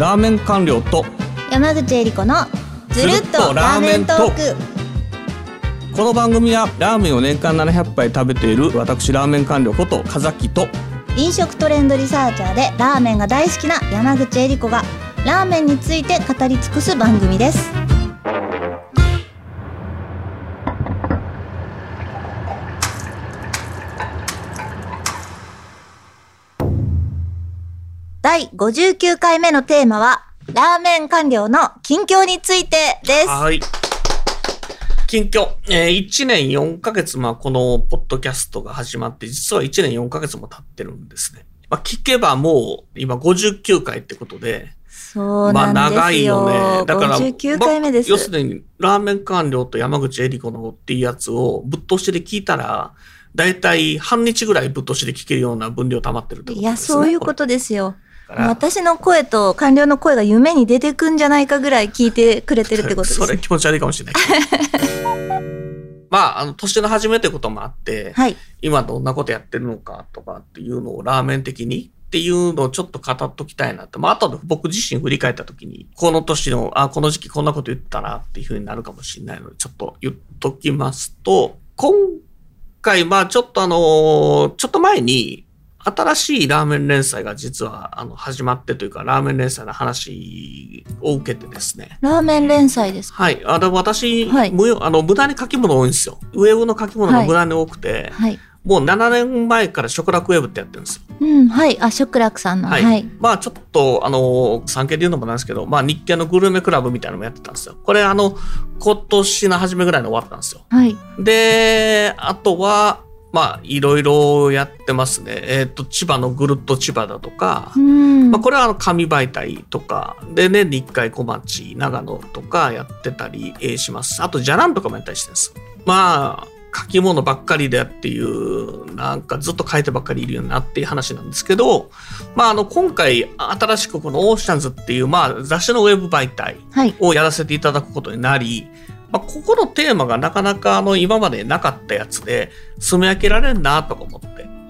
ラーメン官僚と山口恵理子のずるっとラーメントーク。 この番組はラーメンを年間700杯食べている私ラーメン官僚こと風木と飲食トレンドリサーチャーでラーメンが大好きな山口恵理子がラーメンについて語り尽くす番組です。第59回目のテーマはラーメン官僚の近況についてです。 はい。近況。1年4ヶ月、このポッドキャストが始まって、実は1年4ヶ月も経ってるんですね。聞けばもう今59回ってことで。 そうなんですよ。 長いよね。だから 59回目です。 要するにラーメン官僚と山口恵理子のっていうやつをぶっ通しで聞いたら、だいたい半日ぐらいぶっ通しで聞けるような分量溜まってるってことですね。 いや、そういうことですよ。私の声と官僚の声が夢に出てくんじゃないかぐらい聞いてくれてるってことですね。 それ気持ち悪いかもしれない。年の初めということもあって、はい、今どんなことやってるのかとかっていうのをラーメン的にっていうのをちょっと語っときたいなって。後で僕自身振り返った時に、この年の、この時期こんなこと言ったなっていう風になるかもしれないので、ちょっと言っときますと、今回、ちょっと前に、新しいラーメン連載が実は始まってというか、ラーメン連載の話を受けてですね。 ラーメン連載ですか？ はい。私、はい、無駄に書き物多いんですよ。ウェブの書き物が無駄に多くて、はい、もう7年前から食楽ウェブってやってるんですよ。 うん、はい。食楽さんの。 はい。はい、ちょっと、産経で言うのもなんですけど、日系のグルメクラブみたいなのもやってたんですよ。これ今年の初めぐらいに終わったんですよ。はい。で、あとは、いろいろやってますね。千葉のぐるっと千葉だとか、これは紙媒体とか、で年に1回小町、長野とかやってたりします。あと、じゃらんとかもやったりしてるんです。書き物ばっかりでっていう、なんかずっと書いてばっかりいるよなっていう話なんですけど、今回新しくこのオーシャンズっていう、雑誌のウェブ媒体をやらせていただくことになり、ここのテーマがなかなか今までなかったやつで、住み分けられるなとか思って。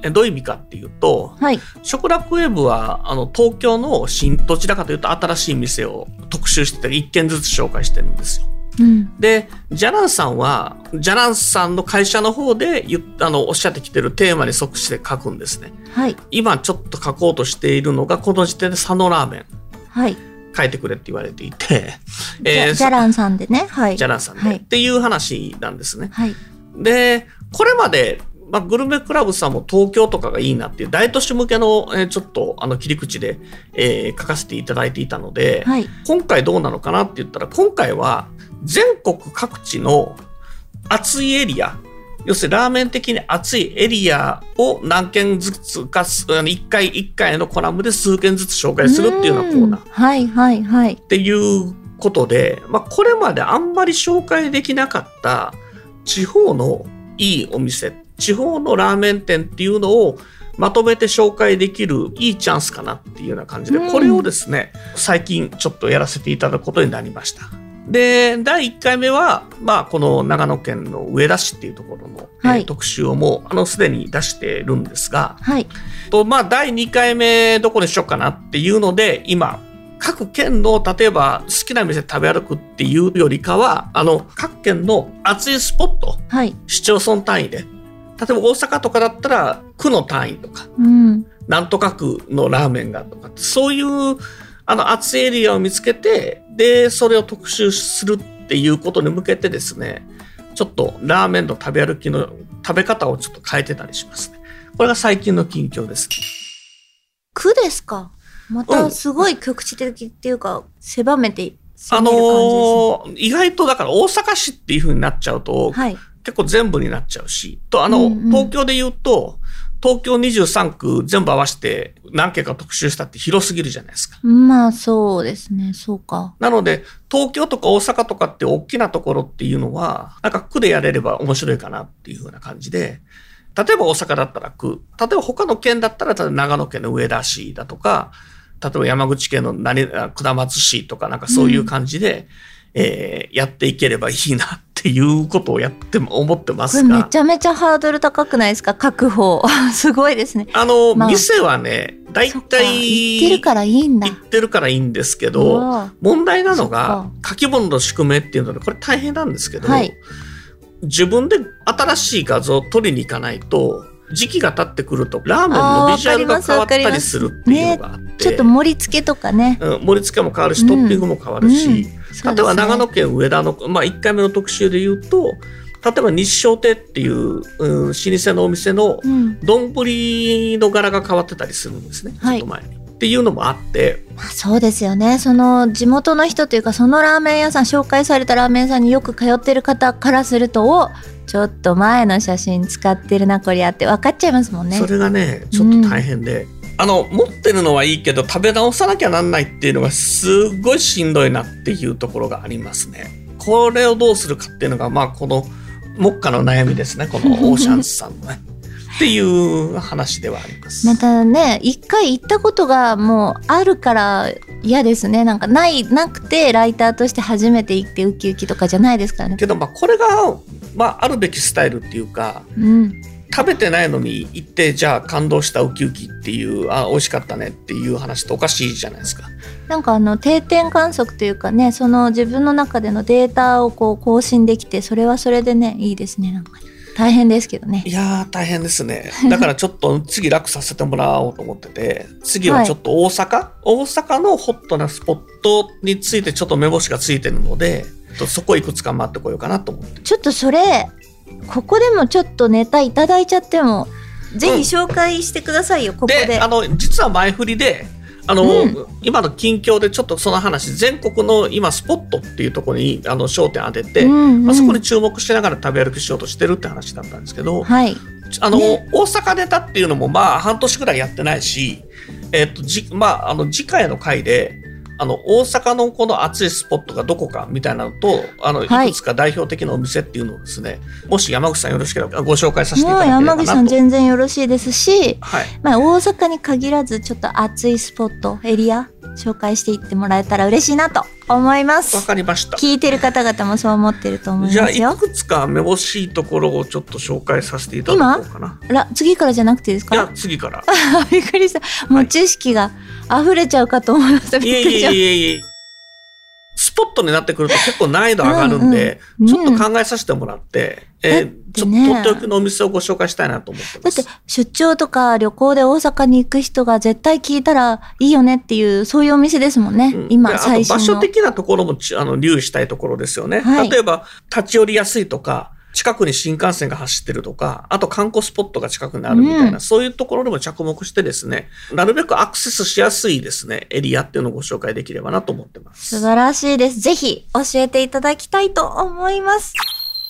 どういう意味かっていうと、はい、食楽ウェブは東京のどちらかというと新しい店を特集して1軒ずつ紹介してるんですよ。うん、で、ジャランさんは、ジャランさんの会社の方でおっしゃってきてるテーマに即して書くんですね。はい、今ちょっと書こうとしているのが、この時点で佐野ラーメン。はい。書いてくれって言われていて。 ジャランさんでね。はい。 ジャランさんで、はい。っていう話なんですね。はい。で、これまで、グルメクラブさんも東京とかがいいなっていう大都市向けの、ちょっと切り口で、書かせていただいていたので、はい、今回どうなのかなって言ったら、今回は全国各地の熱いエリア、要するにラーメン的に熱いエリアを何件ずつか、1回1回のコラムで数件ずつ紹介するっていうようなコーナー。 はいはいはい。 っていうことで、これまであんまり紹介できなかった地方のいいお店、地方のラーメン店っていうのをまとめて紹介できるいいチャンスかなっていうような感じで、これをですね、最近ちょっとやらせていただくことになりました。で、第1回目は、この長野県の上田市っていうところの、はい、特集をもう、すでに出してるんですが、はい。第2回目どこにしようかなっていうので、今、各県の、例えば好きな店食べ歩くっていうよりかは、各県の熱いスポット、はい、市町村単位で、例えば大阪とかだったら、区の単位とか、なんとか区のラーメンがとか、そういう、熱いエリアを見つけて、で、それを特集するっていうことに向けてですね、ちょっとラーメンの食べ歩きの食べ方をちょっと変えてたりしますね。これが最近の近況です。 区ですか？またすごい局地的っていうか、狭めて、感じですね。 意外とだから大阪市っていう風になっちゃうと、はい、結構全部になっちゃうし、東京で言うと、東京23区全部合わせて何件か特集したって広すぎるじゃないですか。 そうですね。そうか。 なので、東京とか大阪とかって大きなところっていうのは、なんか区でやれれば面白いかなっていう風な感じで、例えば大阪だったら区、例えば他の県だったら、例えば長野県の上田市だとか、例えば山口県の下松市とかなんかそういう感じで、やっていければいいなっっていうことをやっても思ってますが、 これめちゃめちゃハードル高くないですか、確保すごいですね。 店はねだいたい行ってるからいいんだ。 行ってるからいいんですけど、問題なのが書き物の宿命っていうのでこれ大変なんですけど、はい、自分で新しい画像を撮りに行かないと時期が経ってくるとラーメンのビジュアルが変わったりするっていうのがあって、 ちょっと盛り付けとかね、 盛り付けも変わるしトッピングも変わるし、例えば長野県上田の、1回目の特集で言うと、例えば日照亭っていう老舗のお店の丼の柄が変わってたりするんですね、ちょっと前に、っていうのもあって、 そうですよね。その地元の人というか、そのラーメン屋さん、紹介されたラーメン屋さんによく通ってる方からすると、ちょっと前の写真使ってるなこりゃって分かっちゃいますもんね。 それがねちょっと大変で、持ってるのはいいけど食べ直さなきゃなんないっていうのがすごいしんどいなっていうところがありますね。これをどうするかっていうのがこの目下の悩みですね、このオーシャンズさんのねっていう話ではあります。 またね、一回行ったことがもうあるから嫌ですね。なくてライターとして初めて行ってウキウキとかじゃないですからね。 けどこれがあるべきスタイルっていうか、食べてないのに行ってじゃあ感動したウキウキっていう美味しかったねっていう話っておかしいじゃないですか。 定点観測というかね、その自分の中でのデータを更新できて、それはそれでねいいですね。大変ですけどね。 いやー大変ですね。だからちょっと次楽させてもらおうと思ってて、次はちょっと大阪のホットなスポットについてちょっと目星がついてるので、そこいくつか回ってこようかなと思って。 ちょっとそれここでもちょっとネタいただいちゃってもぜひ紹介してくださいよ、ここで。 で実は前振りで今の近況でちょっとその話、全国の今スポットっていうところに焦点当てて、そこに注目しながら食べ歩きしようとしてるって話だったんですけど、大阪ネタっていうのも半年ぐらいやってないし、次回の回で大阪のこの熱いスポットがどこかみたいなのといくつか代表的なお店っていうのをですね、もし山口さんよろしければご紹介させていただければなと。 山口さん全然よろしいですし、大阪に限らずちょっと熱いスポットエリア紹介していってもらえたら嬉しいなと思います。 わかりました。 聞いてる方々もそう思ってると思いますよ。 じゃあいくつかめぼしいところをちょっと紹介させていただこうかな。 次からじゃなくていいですか？ いや次からびっくりした。もう知識が溢れちゃうかと思いました。びっくりした。 いえスポットになってくると結構難易度上がるんで、ちょっと考えさせてもらって、ちょっととっておきのお店をご紹介したいなと思ってます。 だって出張とか旅行で大阪に行く人が絶対聞いたらいいよねっていうそういうお店ですもんね、今最新の。 場所的なところも留意したいところですよね、例えば立ち寄りやすいとか、近くに新幹線が走ってるとか、あと観光スポットが近くにあるみたいな、そういうところでも着目してですね、なるべくアクセスしやすいですねエリアっていうのをご紹介できればなと思ってます。 素晴らしいです。ぜひ教えていただきたいと思います。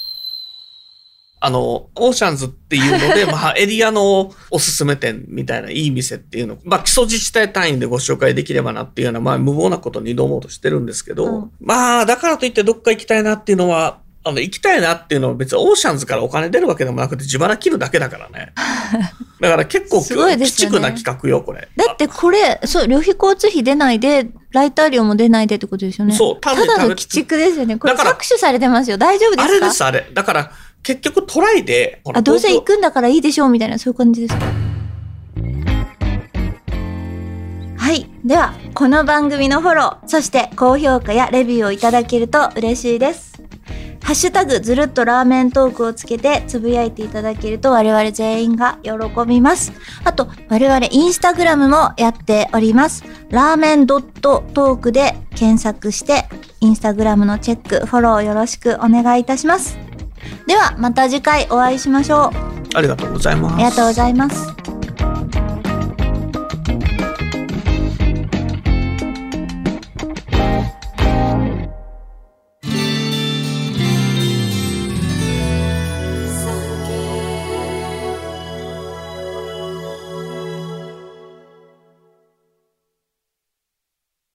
オーシャンズっていうので、エリアのおすすめ店みたいないい店っていうのを、基礎自治体単位でご紹介できればなっていうような、無謀なことに挑もうとしてるんですけど、だからといってどっか行きたいなっていうのは、行きたいなっていうのは別にオーシャンズからお金出るわけでもなくて自腹切るだけだからね。だから結構鬼畜な企画よ、これ。 だってこれ、旅費交通費出ないで、ライター料も出ないでってことですよね。 そう、 ただの鬼畜ですよね。これ搾取されてますよ。大丈夫ですか？ あれです、あれ。だから、結局トライで。 どうせ行くんだからいいでしょうみたいな、そういう感じですか？はい。では、この番組のフォロー、そして高評価やレビューをいただけると嬉しいです。ハッシュタグずるっとラーメントークをつけてつぶやいていただけると我々全員が喜びます。あと我々インスタグラムもやっております。ラーメンドットトークで検索してインスタグラムのチェックフォローよろしくお願いいたします。ではまた次回お会いしましょう。 ありがとうございます。 ありがとうございます。